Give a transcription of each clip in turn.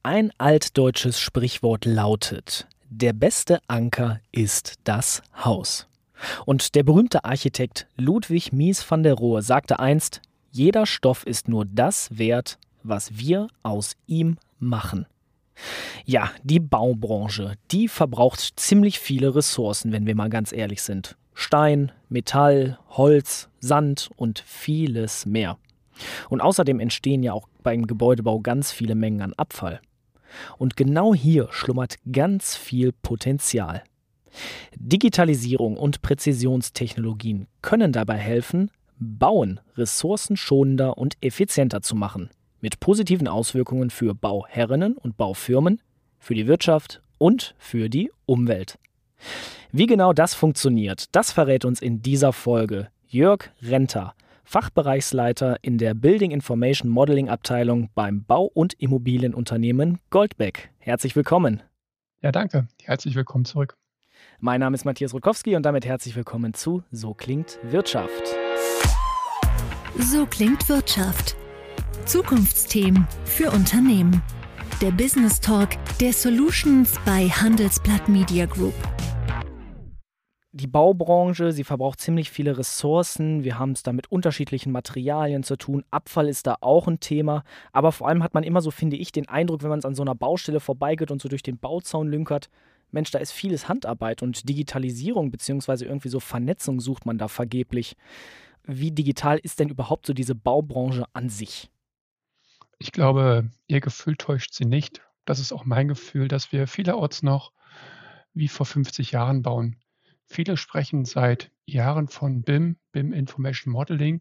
Ein altdeutsches Sprichwort lautet: Der beste Anker ist das Haus. Und der berühmte Architekt Ludwig Mies van der Rohe sagte einst: Jeder Stoff ist nur das wert, was wir aus ihm machen. Ja, die Baubranche, die verbraucht ziemlich viele Ressourcen, wenn wir mal ganz ehrlich sind. Stein, Metall, Holz, Sand und vieles mehr. Und außerdem entstehen ja auch beim Gebäudebau ganz viele Mengen an Abfall. Und genau hier schlummert ganz viel Potenzial. Digitalisierung und Präzisionstechnologien können dabei helfen, Bauen ressourcenschonender und effizienter zu machen, mit positiven Auswirkungen für Bauherrinnen und Baufirmen, für die Wirtschaft und für die Umwelt. Wie genau das funktioniert, das verrät uns in dieser Folge Jörg Renter, Fachbereichsleiter in der Building Information Modeling Abteilung beim Bau- und Immobilienunternehmen Goldbeck. Herzlich willkommen. Ja, danke. Herzlich willkommen zurück. Mein Name ist Matthias Rutkowski und damit herzlich willkommen zu So klingt Wirtschaft. So klingt Wirtschaft. Zukunftsthemen für Unternehmen. Der Business Talk der Solutions bei Handelsblatt Media Group. Die Baubranche, sie verbraucht ziemlich viele Ressourcen. Wir haben es da mit unterschiedlichen Materialien zu tun. Abfall ist da auch ein Thema. Aber vor allem hat man immer so, finde ich, den Eindruck, wenn man es an so einer Baustelle vorbeigeht und so durch den Bauzaun lünkert, Mensch, da ist vieles Handarbeit und Digitalisierung bzw. irgendwie so Vernetzung sucht man da vergeblich. Wie digital ist denn überhaupt so diese Baubranche an sich? Ich glaube, Ihr Gefühl täuscht Sie nicht. Das ist auch mein Gefühl, dass wir vielerorts noch wie vor 50 Jahren bauen. Viele sprechen seit Jahren von BIM Information Modeling,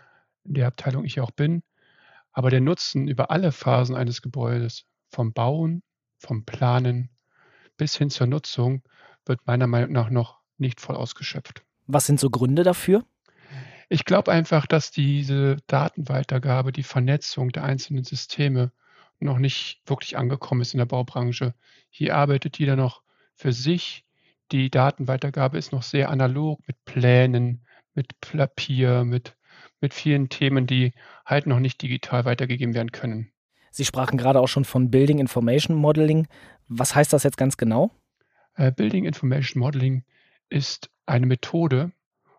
in der Abteilung ich auch bin. Aber der Nutzen über alle Phasen eines Gebäudes, vom Bauen, vom Planen bis hin zur Nutzung, wird meiner Meinung nach noch nicht voll ausgeschöpft. Was sind so Gründe dafür? Ich glaube einfach, dass diese Datenweitergabe, die Vernetzung der einzelnen Systeme noch nicht wirklich angekommen ist in der Baubranche. Hier arbeitet jeder noch für sich. Die Datenweitergabe ist noch sehr analog mit Plänen, mit Papier, mit vielen Themen, die halt noch nicht digital weitergegeben werden können. Sie sprachen gerade auch schon von Building Information Modeling. Was heißt das jetzt ganz genau? Building Information Modeling ist eine Methode,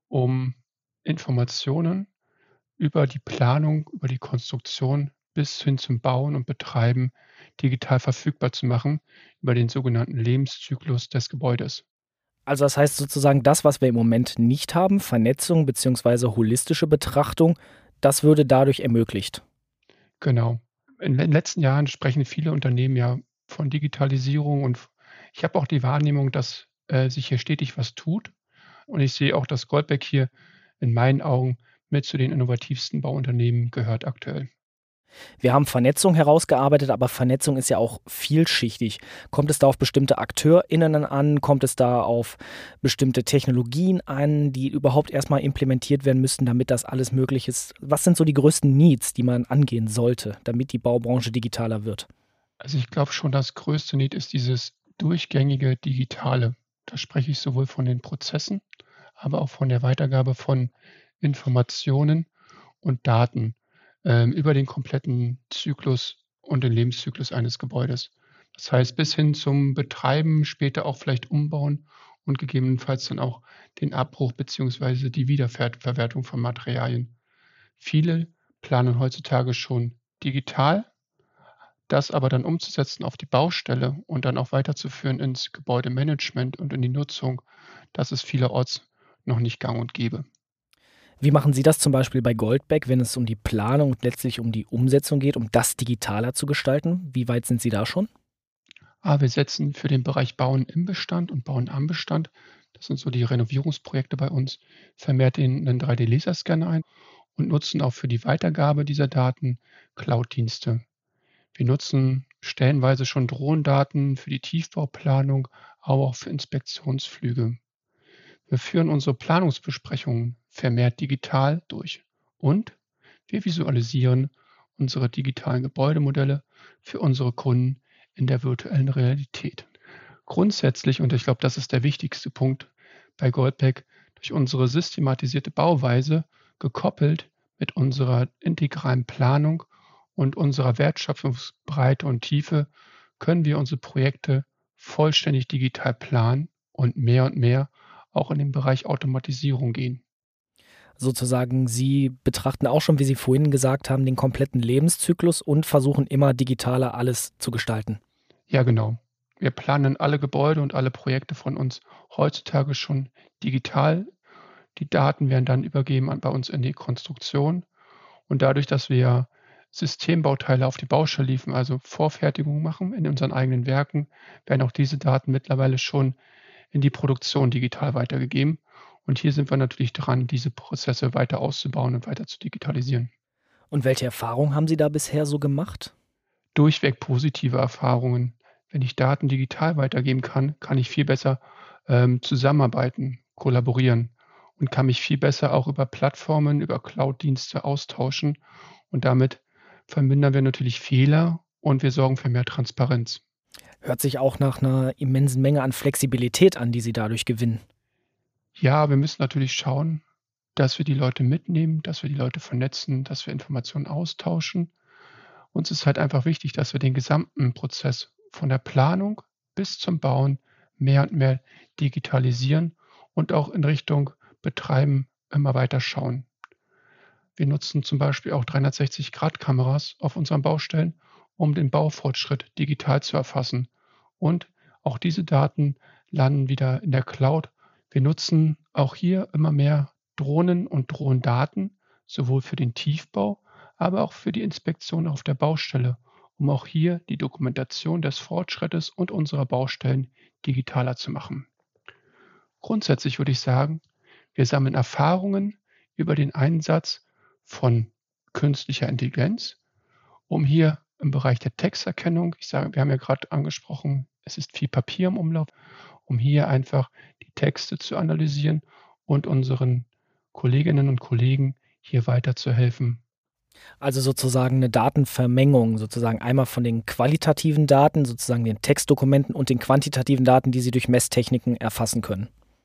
um Informationen über die Planung, über die Konstruktion bis hin zum Bauen und Betreiben digital verfügbar zu machen, über den sogenannten Lebenszyklus des Gebäudes. Also das heißt sozusagen, das, was wir im Moment nicht haben, Vernetzung bzw. holistische Betrachtung, das würde dadurch ermöglicht. Genau. In den letzten Jahren sprechen viele Unternehmen ja von Digitalisierung und ich habe auch die Wahrnehmung, dass sich hier stetig was tut. Und ich sehe auch, dass Goldbeck hier in meinen Augen mit zu den innovativsten Bauunternehmen gehört aktuell. Wir haben Vernetzung herausgearbeitet, aber Vernetzung ist ja auch vielschichtig. Kommt es da auf bestimmte AkteurInnen an? Kommt es da auf bestimmte Technologien an, die überhaupt erstmal implementiert werden müssten, damit das alles möglich ist? Was sind so die größten Needs, die man angehen sollte, damit die Baubranche digitaler wird? Also ich glaube schon, das größte Need ist dieses durchgängige Digitale. Da spreche ich sowohl von den Prozessen, aber auch von der Weitergabe von Informationen und Daten über den kompletten Zyklus und den Lebenszyklus eines Gebäudes. Das heißt, bis hin zum Betreiben, später auch vielleicht umbauen und gegebenenfalls dann auch den Abbruch beziehungsweise die Wiederverwertung von Materialien. Viele planen heutzutage schon digital, das aber dann umzusetzen auf die Baustelle und dann auch weiterzuführen ins Gebäudemanagement und in die Nutzung, das ist vielerorts noch nicht gang und gäbe. Wie machen Sie das zum Beispiel bei Goldbeck, wenn es um die Planung und letztlich um die Umsetzung geht, um das digitaler zu gestalten? Wie weit sind Sie da schon? Wir setzen für den Bereich Bauen im Bestand und Bauen am Bestand, das sind so die Renovierungsprojekte bei uns, vermehrt einen 3D-Laserscanner ein und nutzen auch für die Weitergabe dieser Daten Cloud-Dienste. Wir nutzen stellenweise schon Drohnendaten für die Tiefbauplanung, aber auch für Inspektionsflüge. Wir führen unsere Planungsbesprechungen vermehrt digital durch und wir visualisieren unsere digitalen Gebäudemodelle für unsere Kunden in der virtuellen Realität. Grundsätzlich, und ich glaube, das ist der wichtigste Punkt bei Goldbeck, durch unsere systematisierte Bauweise gekoppelt mit unserer integralen Planung und unserer Wertschöpfungsbreite und Tiefe können wir unsere Projekte vollständig digital planen und mehr auch in den Bereich Automatisierung gehen. Sozusagen, Sie betrachten auch schon, wie Sie vorhin gesagt haben, den kompletten Lebenszyklus und versuchen immer digitaler alles zu gestalten. Ja, genau. Wir planen alle Gebäude und alle Projekte von uns heutzutage schon digital. Die Daten werden dann übergeben bei uns in die Konstruktion. Und dadurch, dass wir Systembauteile auf die Baustelle liefern, also Vorfertigung machen in unseren eigenen Werken, werden auch diese Daten mittlerweile schon in die Produktion digital weitergegeben. Und hier sind wir natürlich dran, diese Prozesse weiter auszubauen und weiter zu digitalisieren. Und welche Erfahrungen haben Sie da bisher so gemacht? Durchweg positive Erfahrungen. Wenn ich Daten digital weitergeben kann, kann ich viel besser zusammenarbeiten, kollaborieren und kann mich viel besser auch über Plattformen, über Cloud-Dienste austauschen. Und damit vermindern wir natürlich Fehler und wir sorgen für mehr Transparenz. Hört sich auch nach einer immensen Menge an Flexibilität an, die Sie dadurch gewinnen. Ja, wir müssen natürlich schauen, dass wir die Leute mitnehmen, dass wir die Leute vernetzen, dass wir Informationen austauschen. Uns ist halt einfach wichtig, dass wir den gesamten Prozess von der Planung bis zum Bauen mehr und mehr digitalisieren und auch in Richtung Betreiben immer weiter schauen. Wir nutzen zum Beispiel auch 360-Grad-Kameras auf unseren Baustellen, um den Baufortschritt digital zu erfassen. Und auch diese Daten landen wieder in der Cloud. Wir nutzen auch hier immer mehr Drohnen und Drohnendaten, sowohl für den Tiefbau, aber auch für die Inspektion auf der Baustelle, um auch hier die Dokumentation des Fortschrittes und unserer Baustellen digitaler zu machen. Grundsätzlich würde ich sagen, wir sammeln Erfahrungen über den Einsatz von künstlicher Intelligenz, um hier im Bereich der Texterkennung, wir haben ja gerade angesprochen, es ist viel Papier im Umlauf, um hier einfach die Texte zu analysieren und unseren Kolleginnen und Kollegen hier weiterzuhelfen. Also sozusagen eine Datenvermengung, sozusagen einmal von den qualitativen Daten, sozusagen den Textdokumenten und den quantitativen Daten, die Sie durch Messtechniken erfassen können.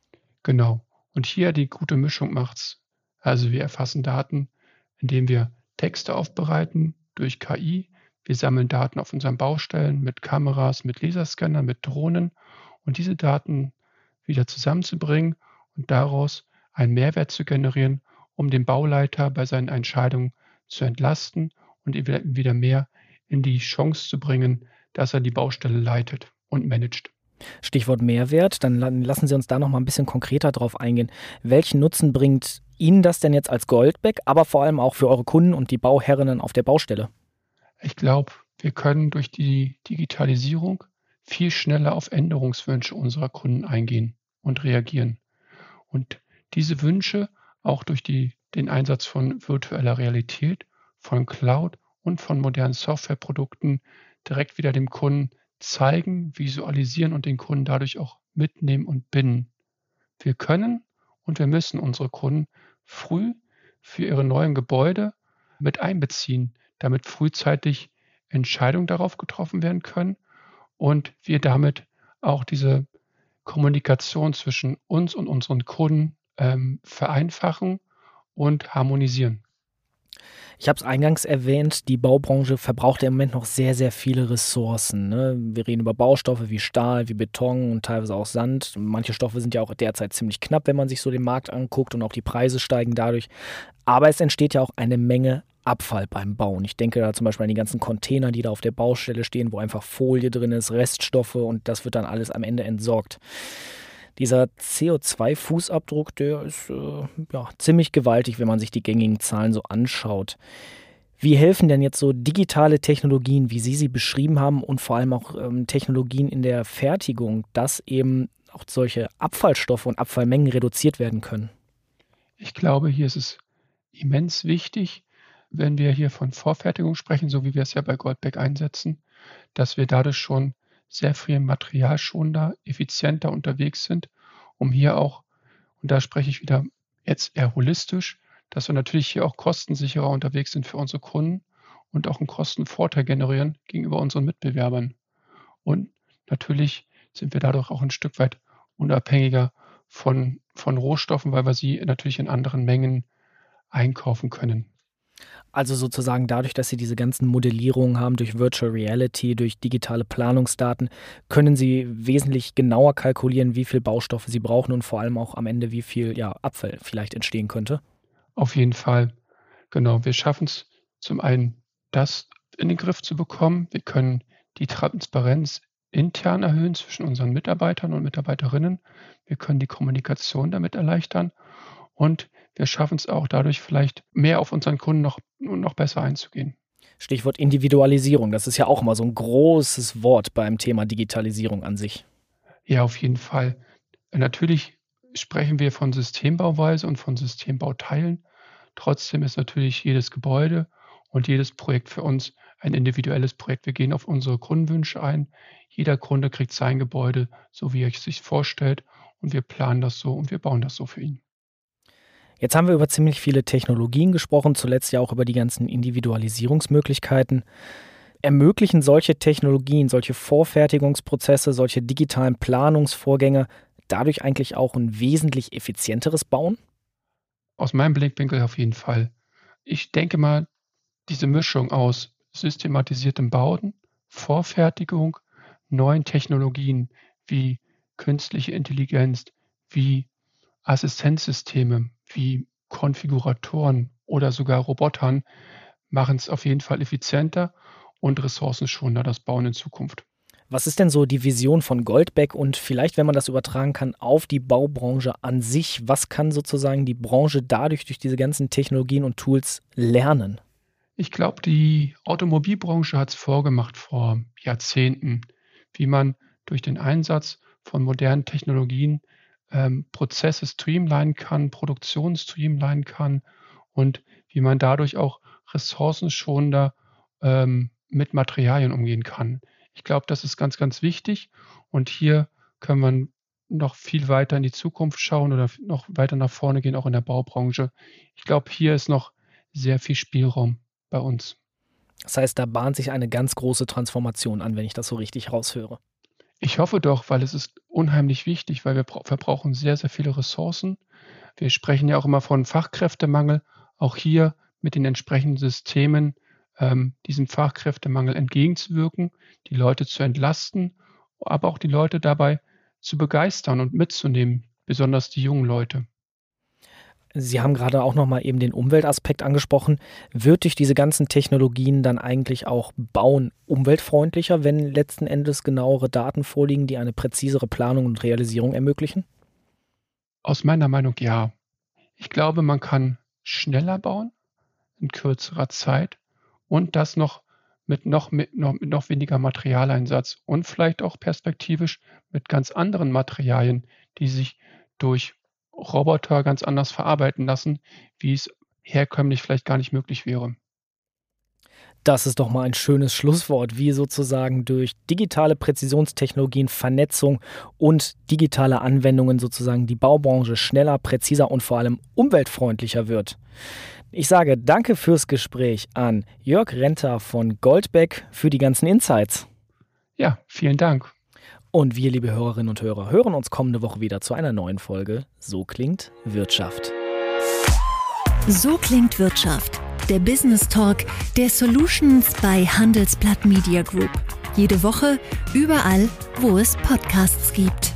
Genau. Und hier die gute Mischung macht's. Also wir erfassen Daten, indem wir Texte aufbereiten durch KI. Wir sammeln Daten auf unseren Baustellen mit Kameras, mit Laserscannern, mit Drohnen und diese Daten wieder zusammenzubringen und daraus einen Mehrwert zu generieren, um den Bauleiter bei seinen Entscheidungen zu entlasten und ihn wieder mehr in die Chance zu bringen, dass er die Baustelle leitet und managt. Stichwort Mehrwert, dann lassen Sie uns da noch mal ein bisschen konkreter drauf eingehen. Welchen Nutzen bringt Ihnen das denn jetzt als Goldbeck, aber vor allem auch für eure Kunden und die Bauherrinnen auf der Baustelle? Ich glaube, wir können durch die Digitalisierung viel schneller auf Änderungswünsche unserer Kunden eingehen und reagieren. Und diese Wünsche auch durch den Einsatz von virtueller Realität, von Cloud und von modernen Softwareprodukten direkt wieder dem Kunden zeigen, visualisieren und den Kunden dadurch auch mitnehmen und binden. Wir können und wir müssen unsere Kunden früh für ihre neuen Gebäude mit einbeziehen, damit frühzeitig Entscheidungen darauf getroffen werden können und wir damit auch diese Kommunikation zwischen uns und unseren Kunden vereinfachen und harmonisieren. Ich habe es eingangs erwähnt, die Baubranche verbraucht im Moment noch sehr, sehr viele Ressourcen. Ne? Wir reden über Baustoffe wie Stahl, wie Beton und teilweise auch Sand. Manche Stoffe sind ja auch derzeit ziemlich knapp, wenn man sich so den Markt anguckt und auch die Preise steigen dadurch. Aber es entsteht ja auch eine Menge Abfall beim Bauen. Ich denke da zum Beispiel an die ganzen Container, die da auf der Baustelle stehen, wo einfach Folie drin ist, Reststoffe und das wird dann alles am Ende entsorgt. Dieser CO2-Fußabdruck, der ist ziemlich gewaltig, wenn man sich die gängigen Zahlen so anschaut. Wie helfen denn jetzt so digitale Technologien, wie Sie sie beschrieben haben und vor allem auch Technologien in der Fertigung, dass eben auch solche Abfallstoffe und Abfallmengen reduziert werden können? Ich glaube, hier ist es immens wichtig, wenn wir hier von Vorfertigung sprechen, so wie wir es ja bei Goldbeck einsetzen, dass wir dadurch schon sehr viel materialschonender, effizienter unterwegs sind, um hier auch, und da spreche ich wieder jetzt eher holistisch, dass wir natürlich hier auch kostensicherer unterwegs sind für unsere Kunden und auch einen Kostenvorteil generieren gegenüber unseren Mitbewerbern. Und natürlich sind wir dadurch auch ein Stück weit unabhängiger von Rohstoffen, weil wir sie natürlich in anderen Mengen einkaufen können. Also sozusagen dadurch, dass Sie diese ganzen Modellierungen haben durch Virtual Reality, durch digitale Planungsdaten, können Sie wesentlich genauer kalkulieren, wie viel Baustoffe Sie brauchen und vor allem auch am Ende, wie viel Abfall vielleicht entstehen könnte? Auf jeden Fall. Genau, wir schaffen es zum einen, das in den Griff zu bekommen. Wir können die Transparenz intern erhöhen zwischen unseren Mitarbeitern und Mitarbeiterinnen. Wir können die Kommunikation damit erleichtern und wir schaffen es auch dadurch vielleicht mehr auf unseren Kunden noch besser einzugehen. Stichwort Individualisierung, das ist ja auch immer so ein großes Wort beim Thema Digitalisierung an sich. Ja, auf jeden Fall. Natürlich sprechen wir von Systembauweise und von Systembauteilen. Trotzdem ist natürlich jedes Gebäude und jedes Projekt für uns ein individuelles Projekt. Wir gehen auf unsere Kundenwünsche ein. Jeder Kunde kriegt sein Gebäude, so wie er es sich vorstellt. Und wir planen das so und wir bauen das so für ihn. Jetzt haben wir über ziemlich viele Technologien gesprochen, zuletzt ja auch über die ganzen Individualisierungsmöglichkeiten. Ermöglichen solche Technologien, solche Vorfertigungsprozesse, solche digitalen Planungsvorgänge dadurch eigentlich auch ein wesentlich effizienteres Bauen? Aus meinem Blickwinkel auf jeden Fall. Ich denke mal, diese Mischung aus systematisiertem Bauen, Vorfertigung, neuen Technologien wie künstliche Intelligenz, wie Assistenzsysteme, wie Konfiguratoren oder sogar Robotern machen es auf jeden Fall effizienter und ressourcenschonender, das Bauen in Zukunft. Was ist denn so die Vision von Goldbeck und vielleicht, wenn man das übertragen kann, auf die Baubranche an sich? Was kann sozusagen die Branche dadurch, durch diese ganzen Technologien und Tools lernen? Ich glaube, die Automobilbranche hat es vorgemacht vor Jahrzehnten, wie man durch den Einsatz von modernen Technologien Prozesse streamlinen kann, Produktion streamlinen kann und wie man dadurch auch ressourcenschonender mit Materialien umgehen kann. Ich glaube, das ist ganz, ganz wichtig und hier können wir noch viel weiter in die Zukunft schauen oder noch weiter nach vorne gehen, auch in der Baubranche. Ich glaube, hier ist noch sehr viel Spielraum bei uns. Das heißt, da bahnt sich eine ganz große Transformation an, wenn ich das so richtig raushöre. Ich hoffe doch, weil es ist unheimlich wichtig, weil wir verbrauchen sehr, sehr viele Ressourcen. Wir sprechen ja auch immer von Fachkräftemangel. Auch hier mit den entsprechenden Systemen diesem Fachkräftemangel entgegenzuwirken, die Leute zu entlasten, aber auch die Leute dabei zu begeistern und mitzunehmen, besonders die jungen Leute. Sie haben gerade auch nochmal eben den Umweltaspekt angesprochen. Wird durch diese ganzen Technologien dann eigentlich auch Bauen umweltfreundlicher, wenn letzten Endes genauere Daten vorliegen, die eine präzisere Planung und Realisierung ermöglichen? Aus meiner Meinung ja. Ich glaube, man kann schneller bauen, in kürzerer Zeit und das noch mit noch weniger Materialeinsatz und vielleicht auch perspektivisch mit ganz anderen Materialien, die sich durch Roboter ganz anders verarbeiten lassen, wie es herkömmlich vielleicht gar nicht möglich wäre. Das ist doch mal ein schönes Schlusswort, wie sozusagen durch digitale Präzisionstechnologien, Vernetzung und digitale Anwendungen sozusagen die Baubranche schneller, präziser und vor allem umweltfreundlicher wird. Ich sage danke fürs Gespräch an Jörg Renter von Goldbeck für die ganzen Insights. Ja, vielen Dank. Und wir, liebe Hörerinnen und Hörer, hören uns kommende Woche wieder zu einer neuen Folge So klingt Wirtschaft. So klingt Wirtschaft. Der Business Talk der Solutions bei Handelsblatt Media Group. Jede Woche, überall, wo es Podcasts gibt.